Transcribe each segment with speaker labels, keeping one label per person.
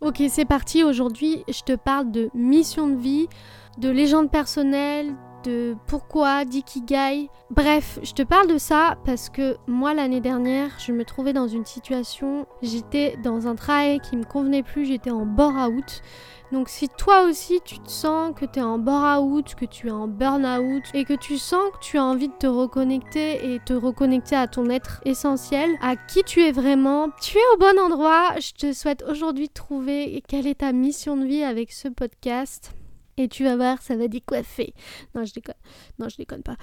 Speaker 1: Ok, c'est parti. Aujourd'hui, je te parle de mission de vie, de légende personnelle, de pourquoi, d'ikigai. Bref, je te parle de ça parce que moi, l'année dernière, je me trouvais dans une situation, j'étais dans un travail qui me convenait plus, j'étais en bore-out. Donc si toi aussi tu te sens que tu es en bore-out, que tu es en burn-out et que tu sens que tu as envie de te reconnecter et te reconnecter à ton être essentiel, à qui tu es vraiment, tu es au bon endroit. Je te souhaite aujourd'hui de trouver quelle est ta mission de vie avec ce podcast. Et tu vas voir, ça va décoiffer. Non, je déconne pas.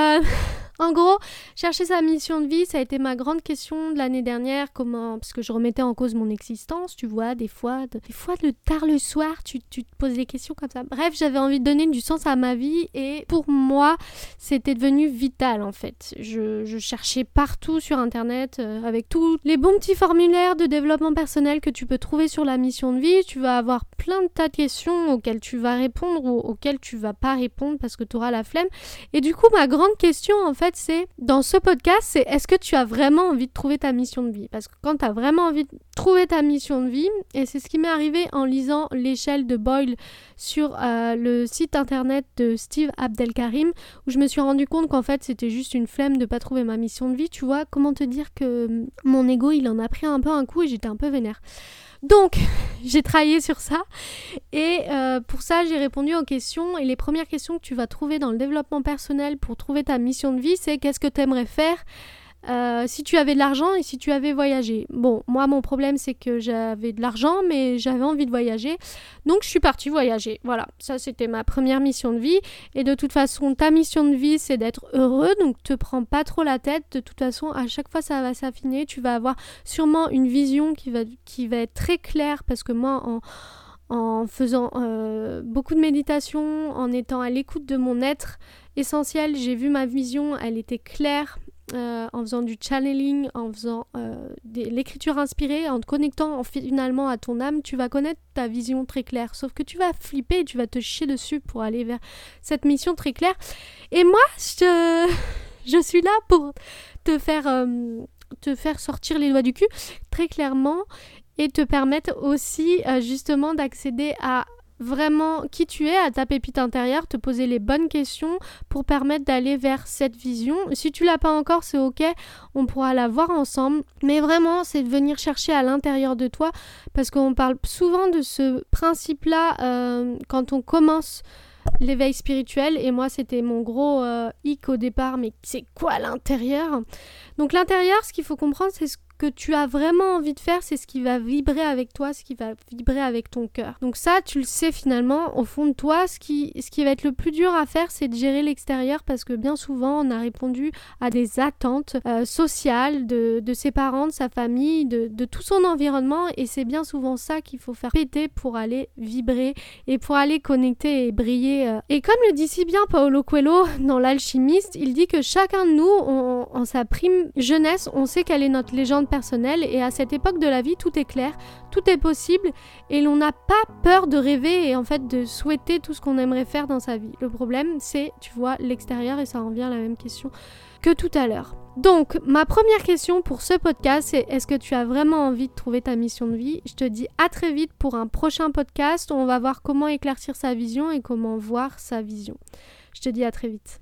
Speaker 1: En gros, chercher sa mission de vie, ça a été ma grande question de l'année dernière. Parce que je remettais en cause mon existence, tu vois, des fois, le tard le soir, tu te poses des questions comme ça. Bref, j'avais envie de donner du sens à ma vie et pour moi, c'était devenu vital en fait. Je cherchais partout sur Internet avec tous les bons petits formulaires de développement personnel que tu peux trouver sur la mission de vie. Tu vas avoir plein de tas de questions auxquelles tu vas répondre ou auxquelles tu vas pas répondre parce que tu auras la flemme. Et du coup, ma grande question en fait, c'est dans ce podcast, c'est est-ce que tu as vraiment envie de trouver ta mission de vie? Parce que quand tu as vraiment envie de trouver ta mission de vie, et c'est ce qui m'est arrivé en lisant l'échelle de Boyle sur le site internet de Steve Abdelkarim, où je me suis rendu compte qu'en fait, c'était juste une flemme de pas trouver ma mission de vie. Tu vois, comment te dire que mon ego, il en a pris un peu un coup et j'étais un peu vénère. Donc, j'ai travaillé sur ça et pour ça, j'ai répondu aux questions. Et les premières questions que tu vas trouver dans le développement personnel pour trouver ta mission de vie, c'est qu'est-ce que tu aimerais faire si tu avais de l'argent et si tu avais voyagé. Bon, moi, mon problème, c'est que j'avais de l'argent, mais j'avais envie de voyager. Donc, je suis partie voyager. Voilà, ça, c'était ma première mission de vie. Et de toute façon, ta mission de vie, c'est d'être heureux. Donc, te prends pas trop la tête. De toute façon, à chaque fois, ça va s'affiner. Tu vas avoir sûrement une vision qui va être très claire. Parce que moi, en faisant beaucoup de méditation, en étant à l'écoute de mon être essentiel, j'ai vu ma vision, elle était claire. En faisant du channeling, en faisant de l'écriture inspirée, en te connectant finalement à ton âme, tu vas connaître ta vision très claire. Sauf que tu vas flipper et tu vas te chier dessus pour aller vers cette mission très claire. Et moi, je suis là pour te faire sortir les doigts du cul, très clairement, et te permettre aussi justement d'accéder à vraiment qui tu es, à ta pépite intérieure, te poser les bonnes questions pour permettre d'aller vers cette vision. Si tu l'as pas encore, c'est ok, on pourra la voir ensemble. Mais vraiment, c'est de venir chercher à l'intérieur de toi parce qu'on parle souvent de ce principe-là quand on commence l'éveil spirituel. Et moi, c'était mon gros hic au départ, mais c'est quoi l'intérieur? Donc l'intérieur, ce qu'il faut comprendre, c'est ce que tu as vraiment envie de faire, c'est ce qui va vibrer avec toi, ce qui va vibrer avec ton cœur. Donc ça, tu le sais finalement, au fond de toi, ce qui va être le plus dur à faire, c'est de gérer l'extérieur parce que bien souvent, on a répondu à des attentes sociales de ses parents, de sa famille, de tout son environnement et c'est bien souvent ça qu'il faut faire péter pour aller vibrer et pour aller connecter et briller. Et comme le dit si bien Paulo Coelho dans L'Alchimiste, il dit que chacun de nous, en sa prime jeunesse, on sait quelle est notre légende personnelle et à cette époque de la vie, tout est clair, tout est possible et l'on n'a pas peur de rêver et en fait de souhaiter tout ce qu'on aimerait faire dans sa vie. Le problème, c'est, tu vois, l'extérieur et ça revient à la même question que tout à l'heure. Donc, ma première question pour ce podcast, c'est est-ce que tu as vraiment envie de trouver ta mission de vie? Je te dis à très vite pour un prochain podcast où on va voir comment éclaircir sa vision et comment voir sa vision. Je te dis à très vite.